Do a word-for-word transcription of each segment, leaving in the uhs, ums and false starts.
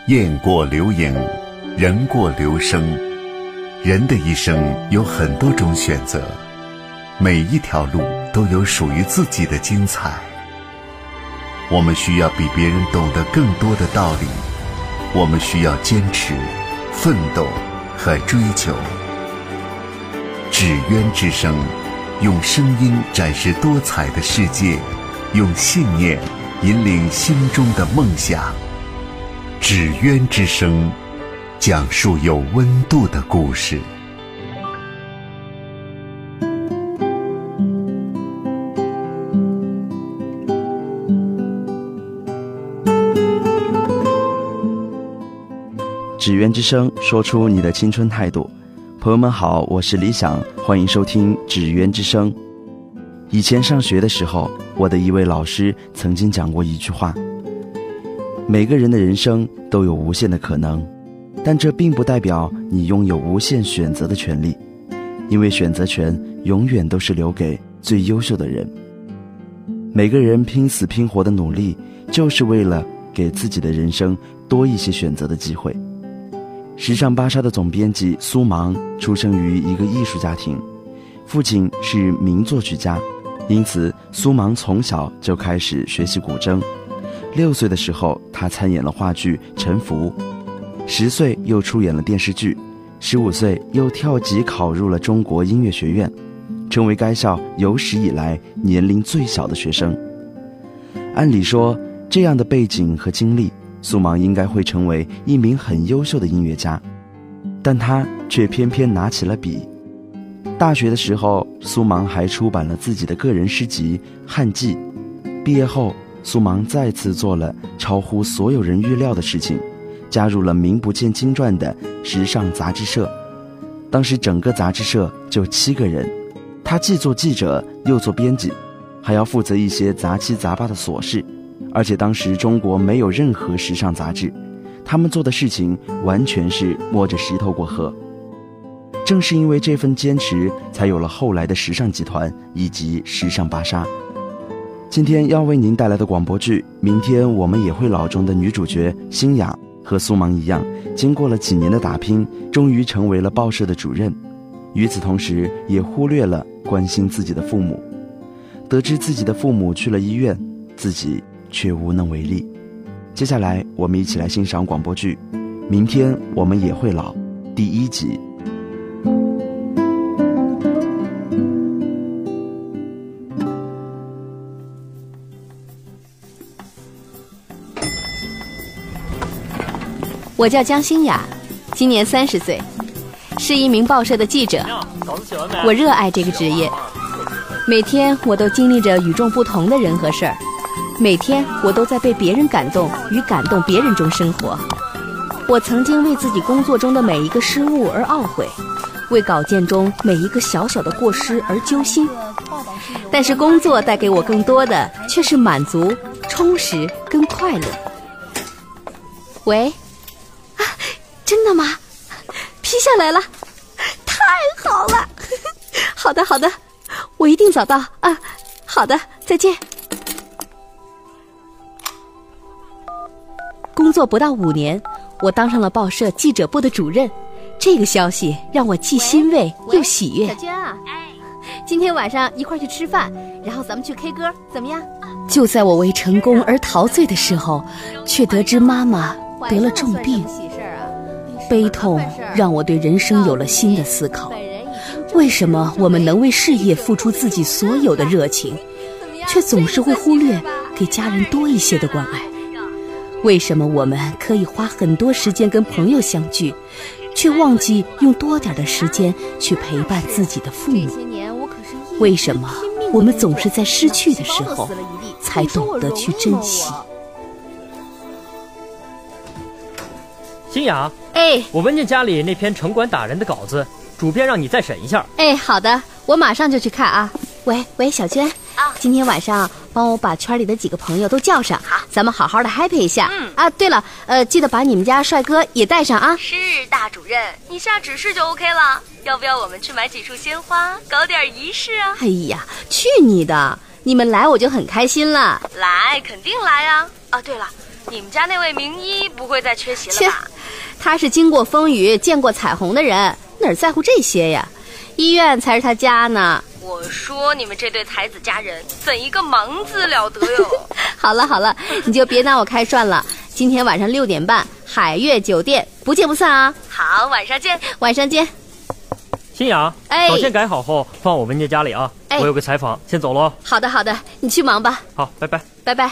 雁过留影，人过留声。人的一生有很多种选择，每一条路都有属于自己的精彩。我们需要比别人懂得更多的道理，我们需要坚持、奋斗和追求。纸鸢之声，用声音展示多彩的世界，用信念引领心中的梦想。纸鸢之声，讲述有温度的故事。 纸鸢之声，说出你的青春态度。朋友们好，我是李想，欢迎收听纸鸢之声。以前上学的时候，我的一位老师曾经讲过一句话：每个人的人生都有无限的可能，但这并不代表你拥有无限选择的权利，因为选择权永远都是留给最优秀的人。每个人拼死拼活的努力，就是为了给自己的人生多一些选择的机会。时尚芭莎的总编辑苏芒出生于一个艺术家庭，父亲是名作曲家，因此苏芒从小就开始学习古筝。六岁的时候，他参演了话剧《沉浮》，十岁又出演了电视剧，十五岁又跳级考入了中国音乐学院，成为该校有史以来年龄最小的学生。按理说，这样的背景和经历，苏芒应该会成为一名很优秀的音乐家，但他却偏偏拿起了笔。大学的时候，苏芒还出版了自己的个人诗集《汉记》。毕业后，苏芒再次做了超乎所有人预料的事情，加入了名不见经传的时尚杂志社。当时整个杂志社就七个人，他既做记者又做编辑，还要负责一些杂七杂八的琐事。而且当时中国没有任何时尚杂志，他们做的事情完全是摸着石头过河。正是因为这份坚持，才有了后来的时尚集团以及时尚芭莎。今天要为您带来的广播剧《明天我们也会老》中的女主角辛雅和苏芒一样，经过了几年的打拼，终于成为了报社的主任。与此同时，也忽略了关心自己的父母。得知自己的父母去了医院，自己却无能为力。接下来我们一起来欣赏广播剧《明天我们也会老》第一集。 我叫江欣雅，今年三十岁，是一名报社的记者。我热爱这个职业，每天我都经历着与众不同的人和事儿，每天我都在被别人感动与感动别人中生活。我曾经为自己工作中的每一个失误而懊悔，为稿件中每一个小小的过失而揪心，但是工作带给我更多的却是满足、充实跟快乐。喂，啊，真的吗？批下来了，太好了！好的好的，我一定早到啊。好的，再见。工作不到五年，我当上了报社记者部的主任，这个消息让我既欣慰又喜悦。 小娟啊，今天晚上一块去吃饭，然后咱们去 K 歌，怎么样？ 就在我为成功而陶醉的时候，却得知妈妈得了重病。悲痛让我对人生有了新的思考。为什么我们能为事业付出自己所有的热情，却总是会忽略给家人多一些的关爱？为什么我们可以花很多时间跟朋友相聚，却忘记用多点的时间去陪伴自己的父母？为什么我们总是在失去的时候才懂得去珍惜？ 欣雅， 哎， 我闻见家里那篇城管打人的稿子，主编让你再审一下。 哎，好的，我马上就去看啊。喂喂，小娟啊，今天晚上帮我把圈里的几个朋友都叫上，好，咱们好好的 happy 一下。嗯啊，对了，呃，记得把你们家帅哥也带上啊。 是，大主任，你下指示就 OK 了。要不要我们去买几束鲜花，搞点仪式啊？ 哎呀，去你的！你们来我就很开心了。 来，肯定来啊！啊，对了， 你们家那位名医不会再缺席了吧？ 他是经过风雨见过彩虹的人，哪在乎这些呀？医院才是他家呢。 我说你们这对才子佳人，怎一个忙字了得哟！ 好了好了，你就别拿我开涮了。今天晚上六点半，海悦酒店，不见不散啊！ 好，晚上见， 晚上见。 新雅， 哎， 稿件改好后放我文杰家里啊。哎，我有个采访，先走喽。 好的好的，你去忙吧。 好，拜拜。 拜拜。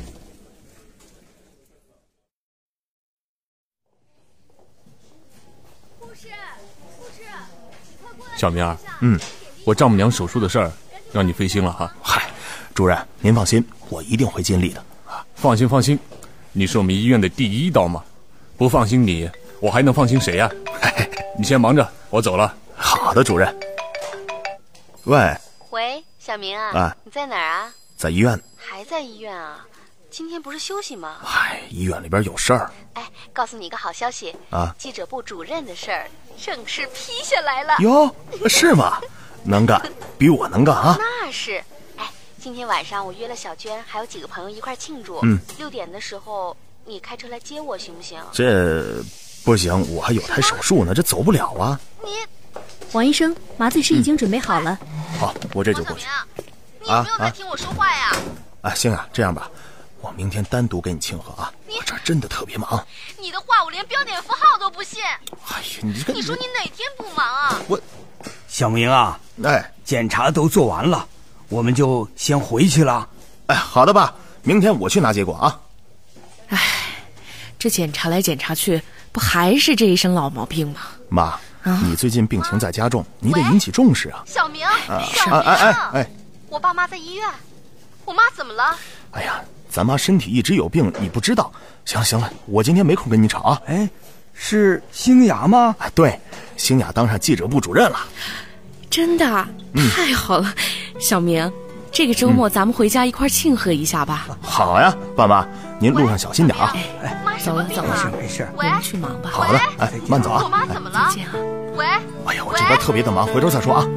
护士，护士，快过来！ 小明儿，嗯，我丈母娘手术的事儿，让你费心了哈。 嗨，主任您放心，我一定会尽力的。 放心放心，你是我们医院的第一刀嘛，不放心你，我还能放心谁呀、啊？你先忙着，我走了。 好的，主任。喂。 喂，小明啊， 啊， 你在哪儿啊？ 在医院。 还在医院啊？今天不是休息吗？ 唉，医院里边有事儿。 哎，告诉你一个好消息啊， 记者部主任的事儿正式批下来了。 哟，是吗？能干，比我能干啊！ 那是。哎，今天晚上我约了小娟，还有几个朋友一块庆祝。 嗯， 六点的时候你开车来接我行不行？ 这不行，我还有台手术呢，这走不了啊。 你， 王医生，麻醉师已经准备好了。 嗯、好，我这就过去。 你有没有在听我说话呀？ 啊，行啊，这样吧，我明天单独给你庆贺啊。我这儿真的特别忙。 你的话我连标点符号都不信。 哎呀，你这个， 你说你哪天不忙啊？ 我， 小明啊， 哎， 检查都做完了，我们就先回去了。 哎，好的吧，明天我去拿结果啊。 哎，这检查来检查去，不还是这一身老毛病吗？ 妈，啊、你最近病情在加重，你得引起重视啊。 小明， 啊、 小明， 哎哎哎， 我爸妈在医院，我妈怎么了？ 哎呀，咱妈身体一直有病，你不知道。行行了，我今天没空跟你吵啊。 哎，是星雅吗？ 啊，对，星雅当上记者部主任了。 真的、嗯、太好了，小明，这个周末咱们回家一块庆贺一下吧。 嗯、好呀，爸妈，您路上小心点啊。 哎，走了走了， 没事， 喂， 去忙吧。 好的，哎，慢走啊。 我妈怎么了？ 再见啊。 喂， 哎呀，我这边特别的忙，回头再说啊。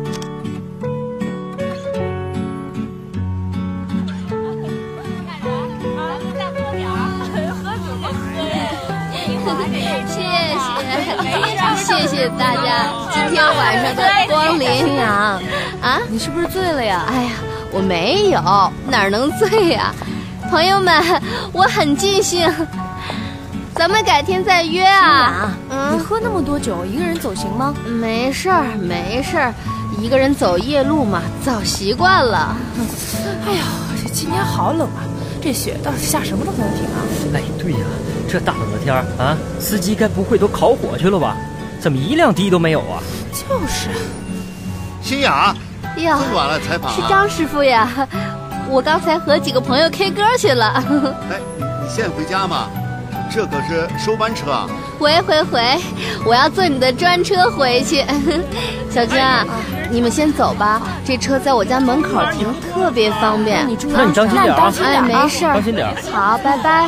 谢谢大家今天晚上的光临。 新阳啊， 你是不是醉了呀？ 哎呀，我没有，哪能醉呀？朋友们，我很尽兴，咱们改天再约啊。 嗯，你喝那么多酒，一个人走行吗？ 没事儿，没事儿，一个人走夜路嘛，早习惯了。 哎呀，这今天好冷啊！这雪到底下什么时候能停啊？ 哎，对呀，这大冷的天儿啊，司机该不会都烤火去了吧？怎么一辆的都没有啊？ 就是。 新雅， 哟， 这么晚了采访、啊？ 是张师傅呀，我刚才和几个朋友 K 歌去了。 哎，你现在回家吗？这可是收班车啊！ 回回回，我要坐你的专车回去。小娟啊，你们先走吧，这车在我家门口停，特别方便。 你注意， 那你当心点啊！ 哎，没事儿， 当心点。 好，拜拜。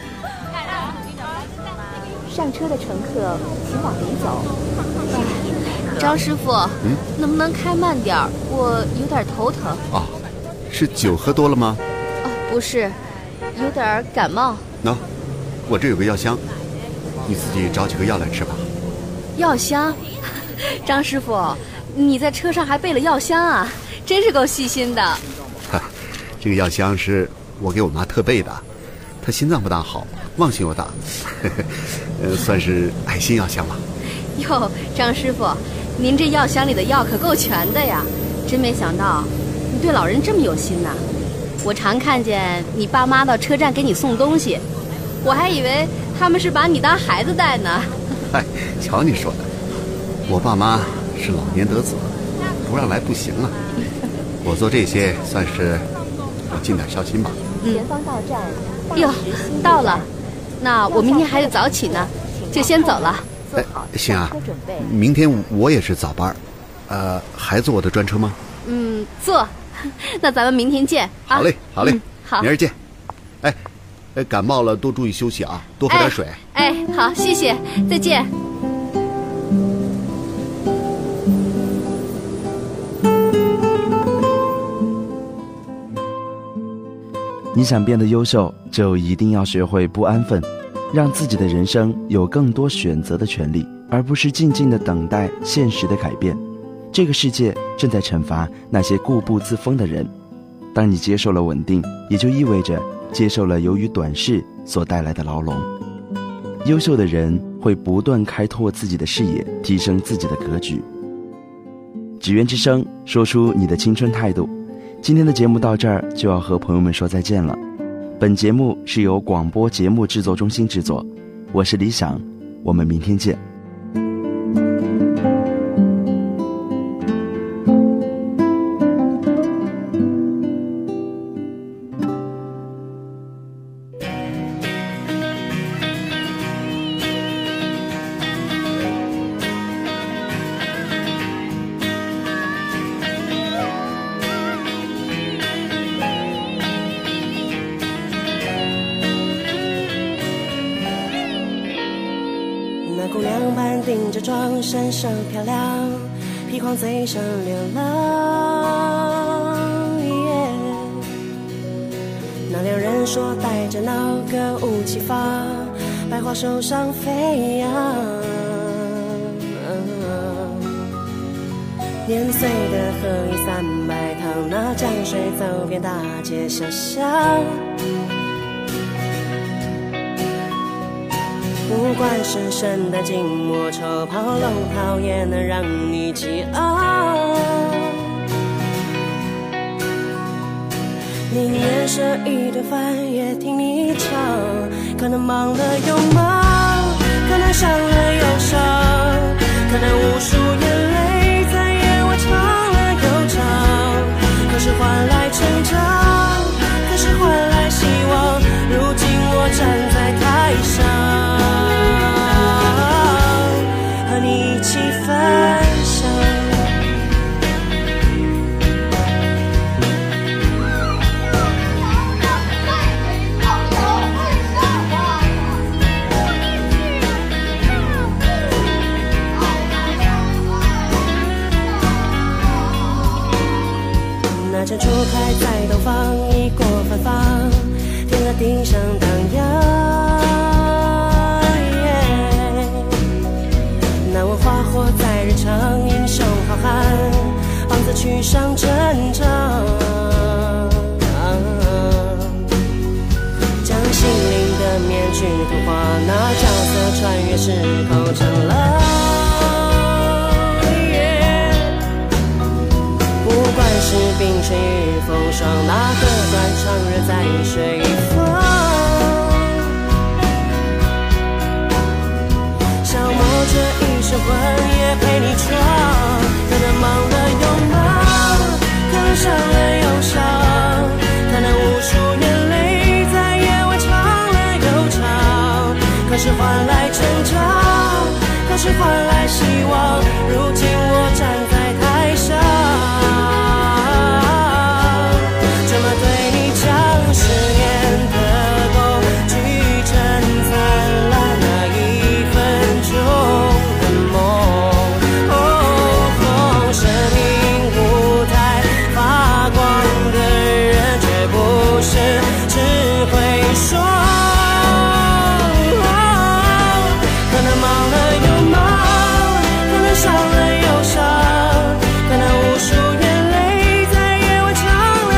上车的乘客请往里走。 张师傅， 嗯， 能不能开慢点儿？我有点头疼。 哦，是酒喝多了吗？ 哦，不是，有点感冒。 喏、no, 我这有个药箱，你自己找几个药来吃吧。 药箱？张师傅，你在车上还备了药箱啊？真是够细心的。 哈，这个药箱是我给我妈特备的，她心脏不大好，忘性又大，呵呵，呃，算是爱心药箱吧。 哟，张师傅，您这药箱里的药可够全的呀！真没想到，你对老人这么有心呐。我常看见你爸妈到车站给你送东西，我还以为他们是把你当孩子带呢。 嗨，瞧你说的，我爸妈是老年得子，不让来不行啊。我做这些算是我尽点孝心吧。 前方到站。 哟，到了，那我明天还得早起呢，就先走了。 哎，行啊，明天我也是早班，呃，还坐我的专车吗？ 嗯，坐。那咱们明天见。 啊、好嘞，好嘞、嗯， 好， 明儿见。哎，感冒了多注意休息啊，多喝点水。 哎，哎好，谢谢，再见。 你想变得优秀，就一定要学会不安分，让自己的人生有更多选择的权利，而不是静静地等待现实的改变。这个世界正在惩罚那些固步自封的人。当你接受了稳定，也就意味着接受了由于短视所带来的牢笼。优秀的人会不断开拓自己的视野，提升自己的格局。只愿之声，说出你的青春态度。今天的节目到这儿就要和朋友们说再见了。本节目是由广播节目制作中心制作，我是李想，我们明天见。 姑娘盘顶着妆，身上漂亮，披黄嘴上流浪、yeah、那两人说带着那歌舞齐发，百花手上飞扬、嗯、年岁的河一三百趟，那江水走遍大街小巷，不管深深的静默，丑袍龙袍也能让你激昂。宁愿舍一顿饭也听你唱，可能忙了又忙，可能伤了又伤，可能无数眼泪在夜晚唱了又唱，可是换来成长，可是换来希望。如今我站在台上，和你一起分享。那阵初开在东方，已过芬芳，天和地上荡漾。难问花火在日常，英雄好汉，棒子去上阵场。将心灵的面具涂画，那角色穿越时空成了。不管是冰雪与风霜，那个断肠人在水风，消磨着一身魂也陪你闯。可能忙了又忙，可能伤了又伤，可能无数眼泪在夜晚唱了又唱，可是换来成长，可是换来希望。如今我站在台上，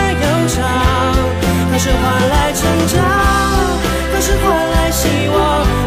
可是换来成长，可是换来希望。